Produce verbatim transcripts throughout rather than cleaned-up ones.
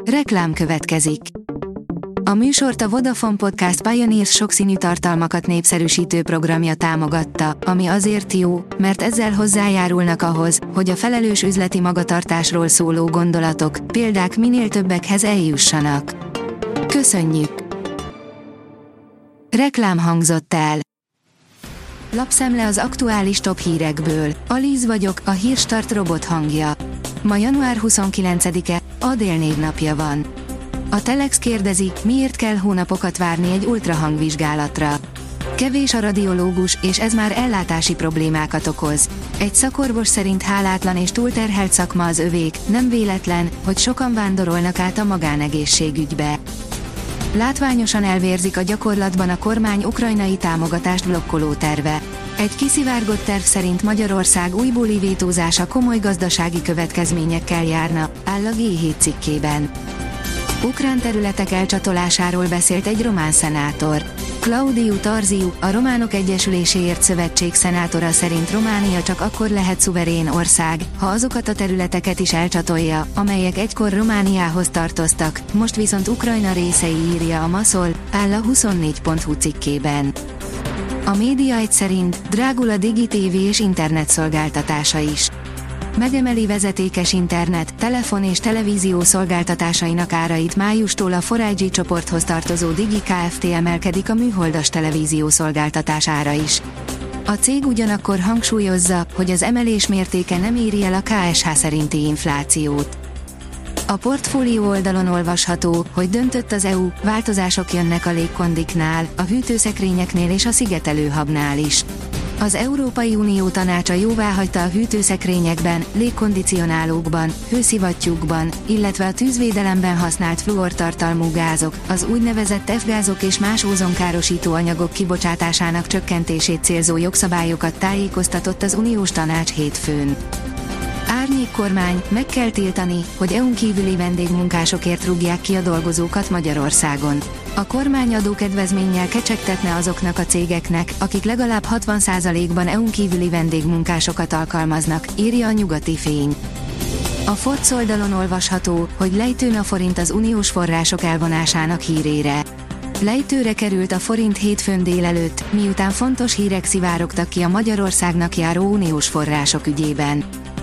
Reklám következik. A műsort a Vodafone Podcast Pioneers sokszínű tartalmakat népszerűsítő programja támogatta, ami azért jó, mert ezzel hozzájárulnak ahhoz, hogy a felelős üzleti magatartásról szóló gondolatok, példák minél többekhez eljussanak. Köszönjük! Reklám hangzott el. Lapszemle az aktuális top hírekből. Alíz vagyok, a Hírstart robot hangja. Ma január huszonkilencedike, Adél névnapja van. A Telex kérdezi, miért kell hónapokat várni egy ultrahangvizsgálatra. Kevés a radiológus, és ez már ellátási problémákat okoz. Egy szakorvos szerint hálátlan és túlterhelt szakma az övék, nem véletlen, hogy sokan vándorolnak át a magánegészségügybe. Látványosan elvérzik a gyakorlatban a kormány ukrajnai támogatást blokkoló terve. Egy kiszivárgott terv szerint Magyarország újbóli vétózása komoly gazdasági következményekkel járna, áll a gé hét cikkében. Ukrán területek elcsatolásáról beszélt egy román szenátor. Claudiu Tarziu, a Románok Egyesüléséért Szövetség szenátora szerint Románia csak akkor lehet szuverén ország, ha azokat a területeket is elcsatolja, amelyek egykor Romániához tartoztak, most viszont Ukrajna részei, írja a Maszol, áll a huszonnégy pont hu cikkében. A Média egy szerint drágul a Digi té vé és internet szolgáltatása is. Megemeli vezetékes internet, telefon és televízió szolgáltatásainak árait májustól a four i gé csoporthoz tartozó Digi Kft. Emelkedik a műholdas televízió szolgáltatás ára is. A cég ugyanakkor hangsúlyozza, hogy az emelés mértéke nem éri el a ká es há szerinti inflációt. A portfólió oldalon olvasható, hogy döntött az é u, változások jönnek a légkondiknál, a hűtőszekrényeknél és a szigetelőhabnál is. Az Európai Unió tanácsa jóváhagyta a hűtőszekrényekben, légkondicionálókban, hőszivattyúkban, illetve a tűzvédelemben használt fluortartalmú gázok, az úgynevezett F-gázok és más ózonkárosító anyagok kibocsátásának csökkentését célzó jogszabályokat, tájékoztatott az uniós tanács hétfőn. Árnyék kormány, meg kell tiltani, hogy é u-n kívüli vendégmunkásokért rúgják ki a dolgozókat Magyarországon. A kormány adókedvezménnyel kecsegtetne azoknak a cégeknek, akik legalább hatvan százalékban é u-n kívüli vendégmunkásokat alkalmaznak, írja a Nyugati Fény. A Forbes oldalon olvasható, hogy lejtőn a forint az uniós források elvonásának hírére. Lejtőre került a forint hétfőn délelőtt, miután fontos hírek szivárogtak ki a Magyarországnak járó uniós források ügyében.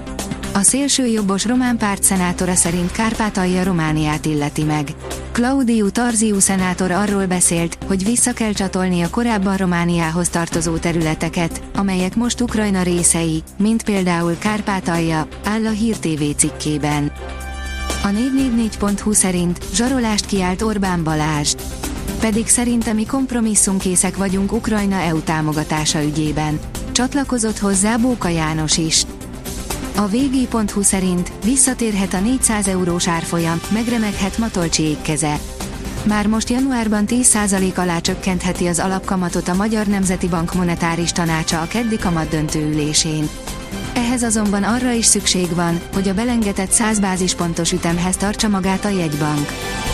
A szélsőjobbos román párt szenátora szerint Kárpátalja Romániát illeti meg. Claudiu Tarziu szenátor arról beszélt, hogy vissza kell csatolni a korábban Romániához tartozó területeket, amelyek most Ukrajna részei, mint például Kárpátalja, áll a Hír té vé cikkében. A négy négy négy pont hu szerint zsarolást kiált Orbán Balázs. Pedig szerintem mi kompromisszumkészek vagyunk Ukrajna é u támogatása ügyében. Csatlakozott hozzá Bóka János is. A vé gé pont hu szerint visszatérhet a négyszáz eurós árfolyam, megremeghet Matolcsi ékkeze. Már most januárban tíz százalék alá csökkentheti az alapkamatot a Magyar Nemzeti Bank monetáris tanácsa a keddi kamatdöntő ülésén. Ehhez azonban arra is szükség van, hogy a belengetett száz bázispontos ütemhez tartsa magát a jegybank.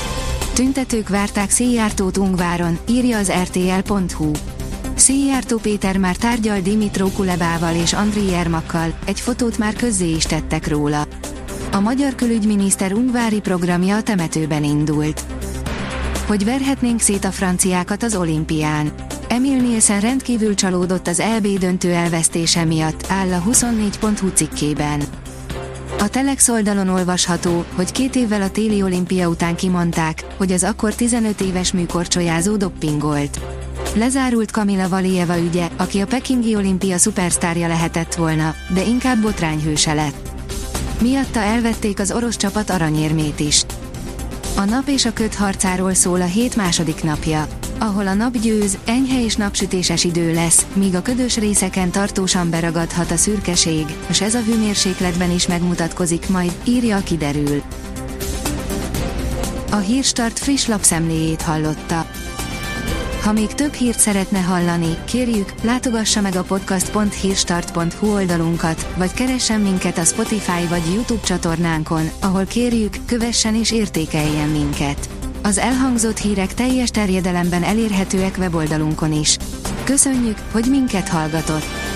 Tüntetők várták Szijjártót Ungváron, írja az er té el pont hu. Szijjártó Péter már tárgyal Dimitró Kulebával és Andriy Jermakkal, egy fotót már közzé is tettek róla. A magyar külügyminiszter ungvári programja a temetőben indult. Hogy verhetnénk szét a franciákat az olimpián. Emil Nielsen rendkívül csalódott az é bé döntő elvesztése miatt, áll a huszonnégy pont hu cikkében. A Telex oldalon olvasható, hogy két évvel a téli olimpia után kimondták, hogy az akkor tizenöt éves műkorcsolyázó doppingolt. Lezárult Kamila Valieva ügye, aki a pekingi olimpia szupersztárja lehetett volna, de inkább botrányhőse lett. Miatta elvették az orosz csapat aranyérmét is. A nap és a köd harcáról szól a hét második napja. Ahol a nap győz, enyhe és napsütéses idő lesz, míg a ködös részeken tartósan beragadhat a szürkeség, és ez a hőmérsékletben is megmutatkozik majd, írja a Kiderül. A Hírstart friss lapszemléjét hallotta. Ha még több hírt szeretne hallani, kérjük, látogassa meg a podcast pont hírstart pont hu oldalunkat, vagy keressen minket a Spotify vagy YouTube csatornánkon, ahol kérjük, kövessen és értékeljen minket. Az elhangzott hírek teljes terjedelemben elérhetőek weboldalunkon is. Köszönjük, hogy minket hallgatott!